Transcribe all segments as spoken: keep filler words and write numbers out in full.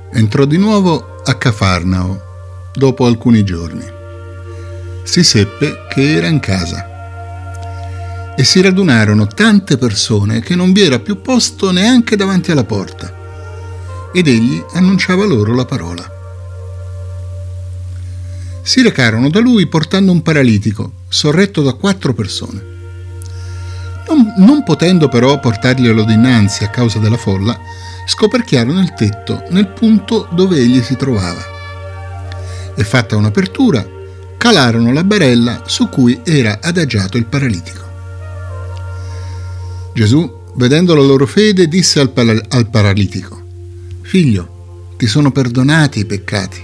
Entrò di nuovo a Cafarnao dopo alcuni giorni. Si seppe che era in casa e si radunarono tante persone che non vi era più posto neanche davanti alla porta, ed egli annunciava loro la parola. Si recarono da lui portando un paralitico, sorretto da quattro persone. Non, non potendo però portarglielo dinanzi a causa della folla, scoperchiarono il tetto nel punto dove egli si trovava. E fatta un'apertura, calarono la barella su cui era adagiato il paralitico. Gesù, vedendo la loro fede, disse al, para- al paralitico: «Figlio, ti sono perdonati i peccati».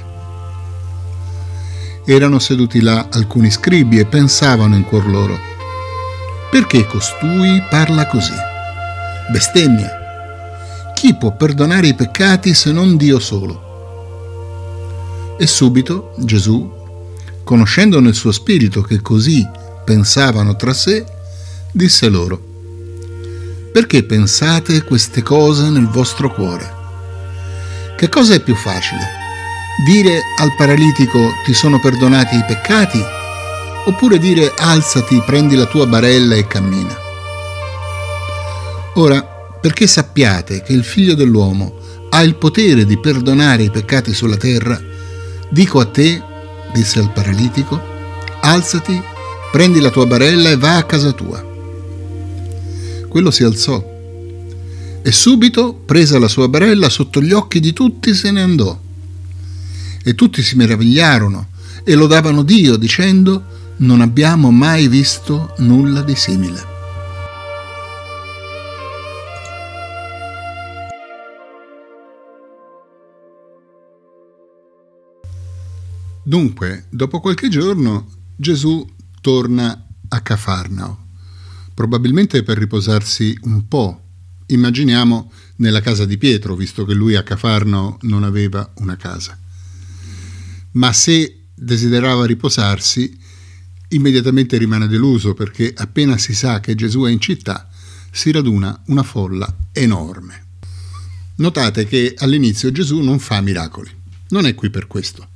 Erano seduti là alcuni scribi e pensavano in cuor loro: «Perché costui parla così? Bestemmia! Chi può perdonare i peccati se non Dio solo?» E subito Gesù, conoscendo nel suo spirito che così pensavano tra sé, disse loro: «Perché pensate queste cose nel vostro cuore? Che cosa è più facile? Dire al paralitico ti sono perdonati i peccati, oppure dire alzati, prendi la tua barella e cammina? Ora, perché sappiate che il Figlio dell'uomo ha il potere di perdonare i peccati sulla terra, dico a te, disse al paralitico, alzati, prendi la tua barella e va a casa tua. Quello si alzò e subito, presa la sua barella, sotto gli occhi di tutti se ne andò. E tutti si meravigliarono e lodavano Dio, dicendo: non abbiamo mai visto nulla di simile. Dunque, dopo qualche giorno, Gesù torna a Cafarnao, probabilmente per riposarsi un po'. Immaginiamo nella casa di Pietro, visto che lui a Cafarnao non aveva una casa. Ma se desiderava riposarsi, immediatamente rimane deluso, perché appena si sa che Gesù è in città, si raduna una folla enorme. Notate che all'inizio Gesù non fa miracoli, non è qui per questo.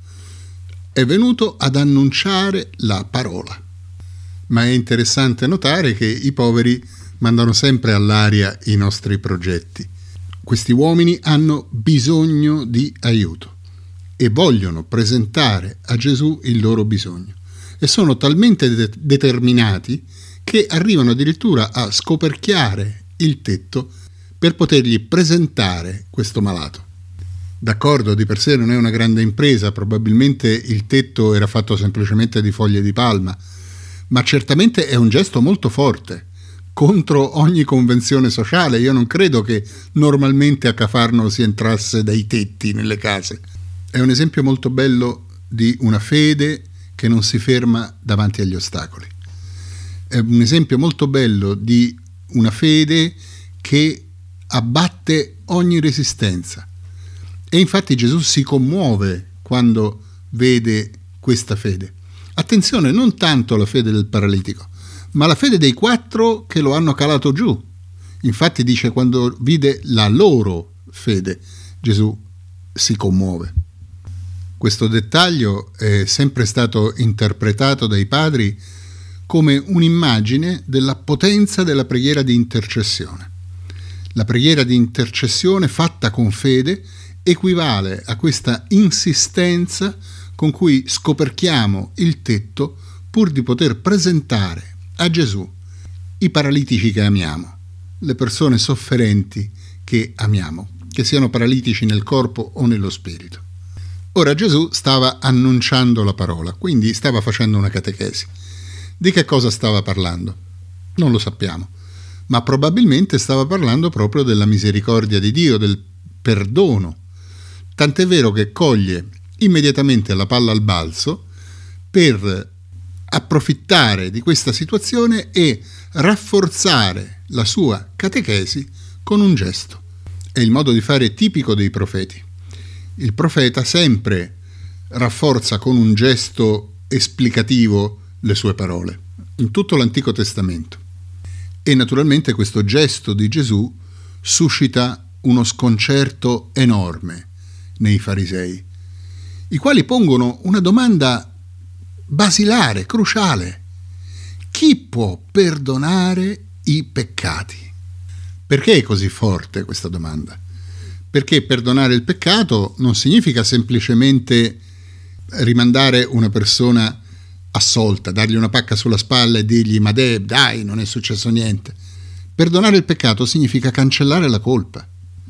È venuto ad annunciare la parola. Ma è interessante notare che i poveri mandano sempre all'aria i nostri progetti. Questi uomini hanno bisogno di aiuto e vogliono presentare a Gesù il loro bisogno. E sono talmente de- determinati che arrivano addirittura a scoperchiare il tetto per potergli presentare questo malato. D'accordo, di per sé non è una grande impresa, probabilmente il tetto era fatto semplicemente di foglie di palma, ma certamente è un gesto molto forte, contro ogni convenzione sociale. Io non credo che normalmente a Cafarnao si entrasse dai tetti nelle case. È un esempio molto bello di una fede che non si ferma davanti agli ostacoli. È un esempio molto bello di una fede che abbatte ogni resistenza. E infatti Gesù si commuove quando vede questa fede. Attenzione, non tanto la fede del paralitico, ma la fede dei quattro che lo hanno calato giù. Infatti dice, quando vide la loro fede, Gesù si commuove. Questo dettaglio è sempre stato interpretato dai padri come un'immagine della potenza della preghiera di intercessione. La preghiera di intercessione fatta con fede equivale a questa insistenza con cui scoperchiamo il tetto pur di poter presentare a Gesù i paralitici che amiamo, le persone sofferenti che amiamo, che siano paralitici nel corpo o nello spirito. Ora Gesù stava annunciando la parola, quindi stava facendo una catechesi. Di che cosa stava parlando? Non lo sappiamo, ma probabilmente stava parlando proprio della misericordia di Dio, del perdono. Tant'è vero che coglie immediatamente la palla al balzo per approfittare di questa situazione e rafforzare la sua catechesi con un gesto. È il modo di fare tipico dei profeti. Il profeta sempre rafforza con un gesto esplicativo le sue parole, in tutto l'Antico Testamento. E naturalmente questo gesto di Gesù suscita uno sconcerto enorme nei farisei, i quali pongono una domanda basilare, cruciale: chi può perdonare i peccati? Perché è così forte questa domanda? Perché perdonare il peccato non significa semplicemente rimandare una persona assolta, dargli una pacca sulla spalla e dirgli ma de, dai, non è successo niente. Perdonare il peccato significa cancellare la colpa.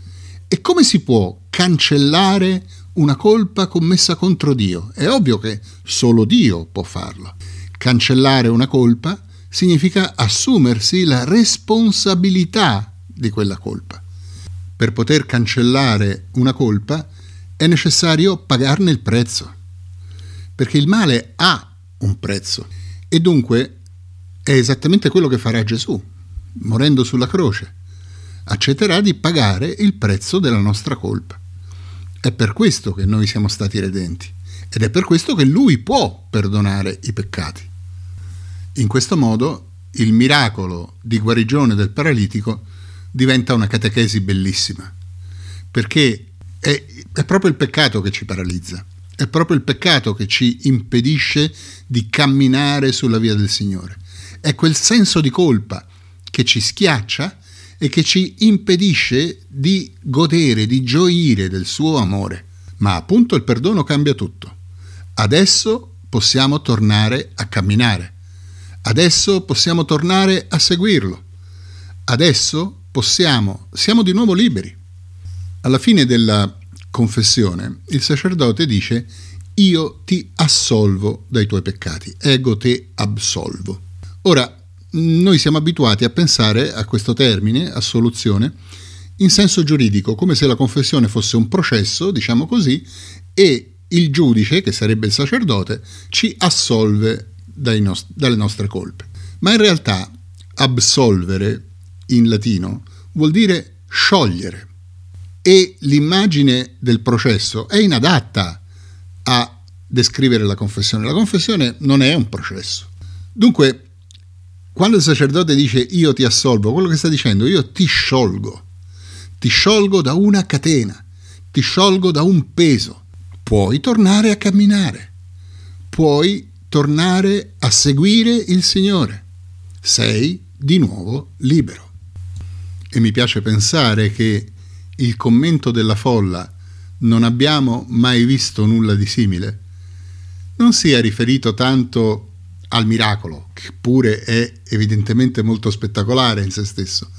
E come si può cancellare una colpa commessa contro Dio? È ovvio che solo Dio può farlo. Cancellare una colpa significa assumersi la responsabilità di quella colpa. Per poter cancellare una colpa è necessario pagarne il prezzo, perché il male ha un prezzo e dunque è esattamente quello che farà Gesù, morendo sulla croce. Accetterà di pagare il prezzo della nostra colpa. È per questo che noi siamo stati redenti ed è per questo che Lui può perdonare i peccati. In questo modo il miracolo di guarigione del paralitico diventa una catechesi bellissima, perché è, è proprio il peccato che ci paralizza, è proprio il peccato che ci impedisce di camminare sulla via del Signore. È quel senso di colpa che ci schiaccia e che ci impedisce di godere, di gioire del suo amore. Ma appunto il perdono cambia tutto. Adesso possiamo tornare a camminare. Adesso possiamo tornare a seguirlo. Adesso possiamo, siamo di nuovo liberi. Alla fine della confessione, il sacerdote dice: io ti assolvo dai tuoi peccati, ego te absolvo. Ora, noi siamo abituati a pensare a questo termine, assoluzione, in senso giuridico, come se la confessione fosse un processo, diciamo così, e il giudice, che sarebbe il sacerdote, ci assolve dai nost- dalle nostre colpe. Ma in realtà absolvere in latino vuol dire sciogliere, e l'immagine del processo è inadatta a descrivere la confessione. La confessione non è un processo. Dunque, quando il sacerdote dice io ti assolvo, quello che sta dicendo: io ti sciolgo, ti sciolgo da una catena, ti sciolgo da un peso. Puoi tornare a camminare, puoi tornare a seguire il Signore, sei di nuovo libero. E mi piace pensare che il commento della folla "non abbiamo mai visto nulla di simile" non sia riferito tanto al miracolo, che pure è evidentemente molto spettacolare in se stesso,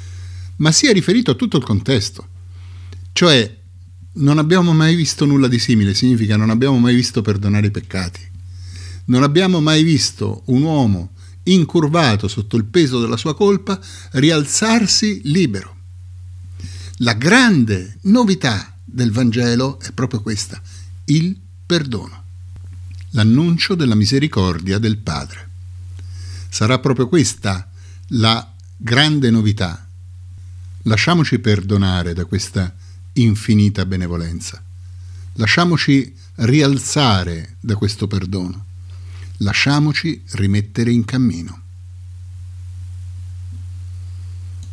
ma sia riferito a tutto il contesto. Cioè, non abbiamo mai visto nulla di simile significa non abbiamo mai visto perdonare i peccati. Non abbiamo mai visto un uomo incurvato sotto il peso della sua colpa rialzarsi libero. La grande novità del Vangelo è proprio questa: il perdono. L'annuncio della misericordia del Padre. Sarà proprio questa la grande novità. Lasciamoci perdonare da questa infinita benevolenza. Lasciamoci rialzare da questo perdono. Lasciamoci rimettere in cammino.